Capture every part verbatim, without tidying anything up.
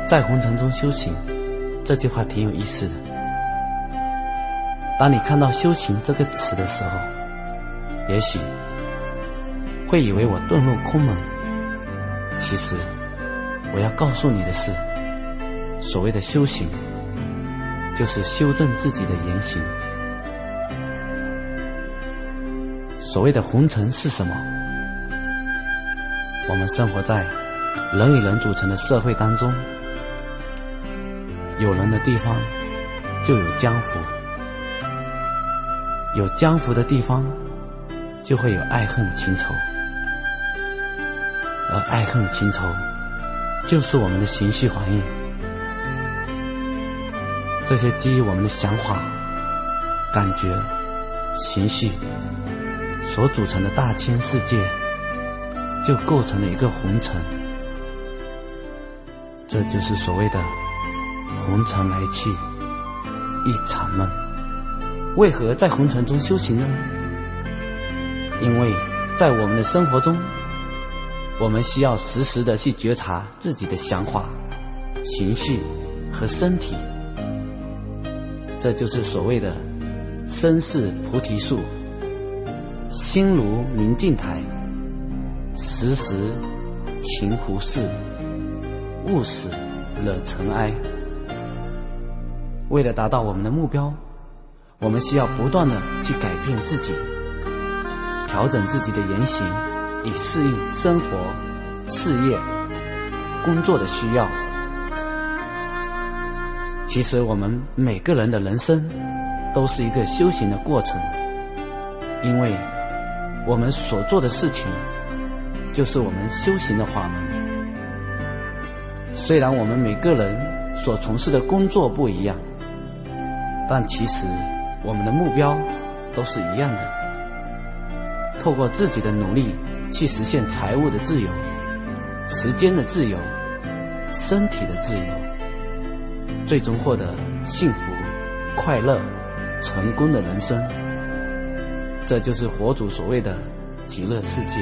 在红尘中修行，这句话挺有意思的。当你看到修行这个词的时候，也许会以为我遁入空门。其实我要告诉你的是，所谓的修行就是修正自己的言行。所谓的红尘是什么？我们生活在人与人组成的社会当中，有人的地方就有江湖，有江湖的地方就会有爱恨情仇，而爱恨情仇就是我们的情绪反应。这些基于我们的想法、感觉、情绪所组成的大千世界，就构成了一个红尘。这就是所谓的红尘来去一场梦。为何在红尘中修行呢？因为在我们的生活中，我们需要时时的去觉察自己的想法、情绪和身体。这就是所谓的身似菩提树，心如明镜台，时时勤拂拭，勿使惹尘埃。为了达到我们的目标，我们需要不断的去改变自己，调整自己的言行，以适应生活、事业、工作的需要。其实我们每个人的人生都是一个修行的过程，因为我们所做的事情就是我们修行的法门。虽然我们每个人所从事的工作不一样，但其实我们的目标都是一样的，透过自己的努力去实现财务的自由、时间的自由、身体的自由，最终获得幸福、快乐、成功的人生。这就是佛祖所谓的极乐世界。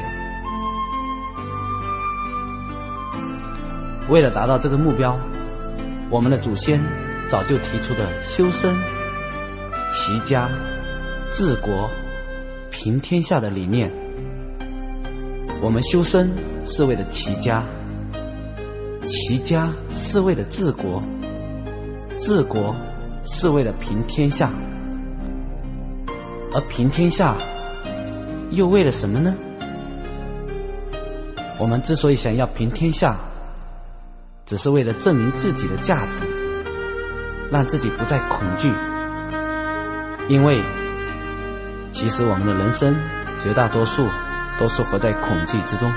为了达到这个目标，我们的祖先早就提出了修身、齐家、治国、平天下的理念。我们修身是为了齐家，齐家是为了治国，治国是为了平天下，而平天下又为了什么呢？我们之所以想要平天下，只是为了证明自己的价值，让自己不再恐惧。因为其实我们的人生绝大多数都是活在恐惧之中，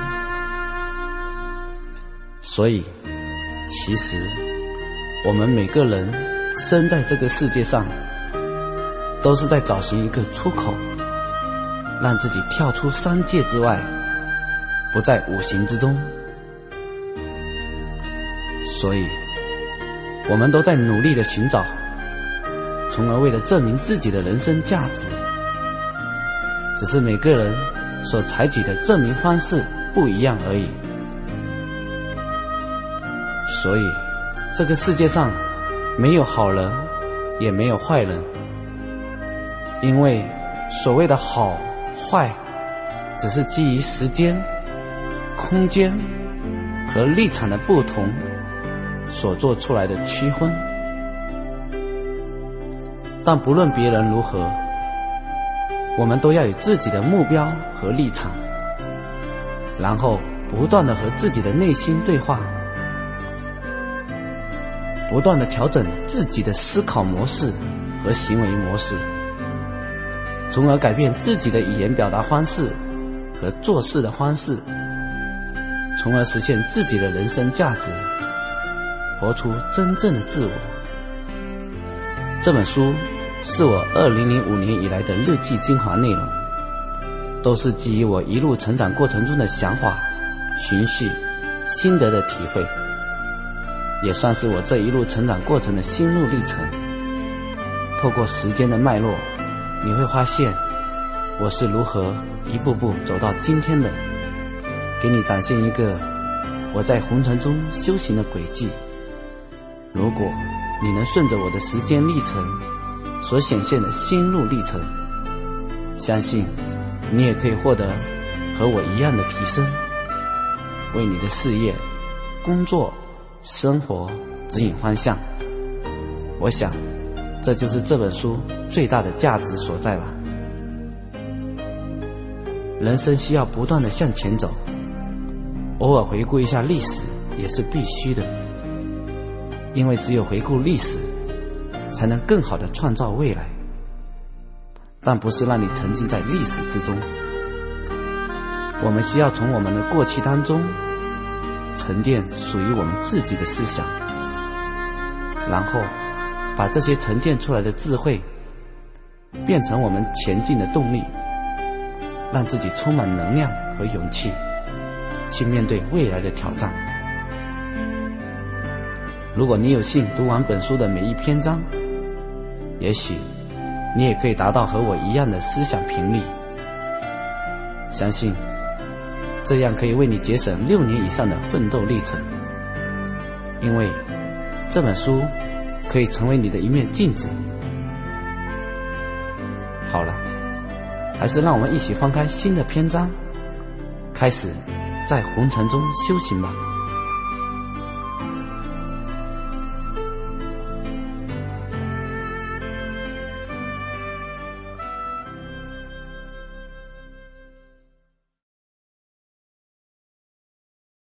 所以其实我们每个人生在这个世界上，都是在找寻一个出口，让自己跳出三界之外，不在五行之中。所以我们都在努力的寻找，从而为了证明自己的人生价值。只是每个人所采取的证明方式不一样而已。所以这个世界上没有好人，也没有坏人，因为所谓的好坏只是基于时间、空间和立场的不同所做出来的区分。但不论别人如何，我们都要有自己的目标和立场，然后不断的和自己的内心对话，不断的调整自己的思考模式和行为模式，从而改变自己的语言表达方式和做事的方式，从而实现自己的人生价值，活出真正的自我。这本书是我二零零五年以来的日记精华内容，都是基于我一路成长过程中的想法、情绪、心得的体会，也算是我这一路成长过程的心路历程。透过时间的脉络，你会发现我是如何一步步走到今天的，给你展现一个我在红尘中修行的轨迹， 如果你能顺着我的时间历程所显现的心路历程，相信你也可以获得和我一样的提升，为你的事业、工作、生活指引方向。我想这就是这本书最大的价值所在吧。人生需要不断的向前走，偶尔回顾一下历史也是必须的，因为只有回顾历史才能更好的创造未来，但不是让你沉浸在历史之中。我们需要从我们的过去当中沉淀属于我们自己的思想，然后把这些沉淀出来的智慧变成我们前进的动力，让自己充满能量和勇气去面对未来的挑战。如果你有幸读完本书的每一篇章，也许你也可以达到和我一样的思想频率，相信这样可以为你节省六年以上的奋斗历程，因为这本书可以成为你的一面镜子。好了，还是让我们一起翻开新的篇章，开始在红尘中修行吧。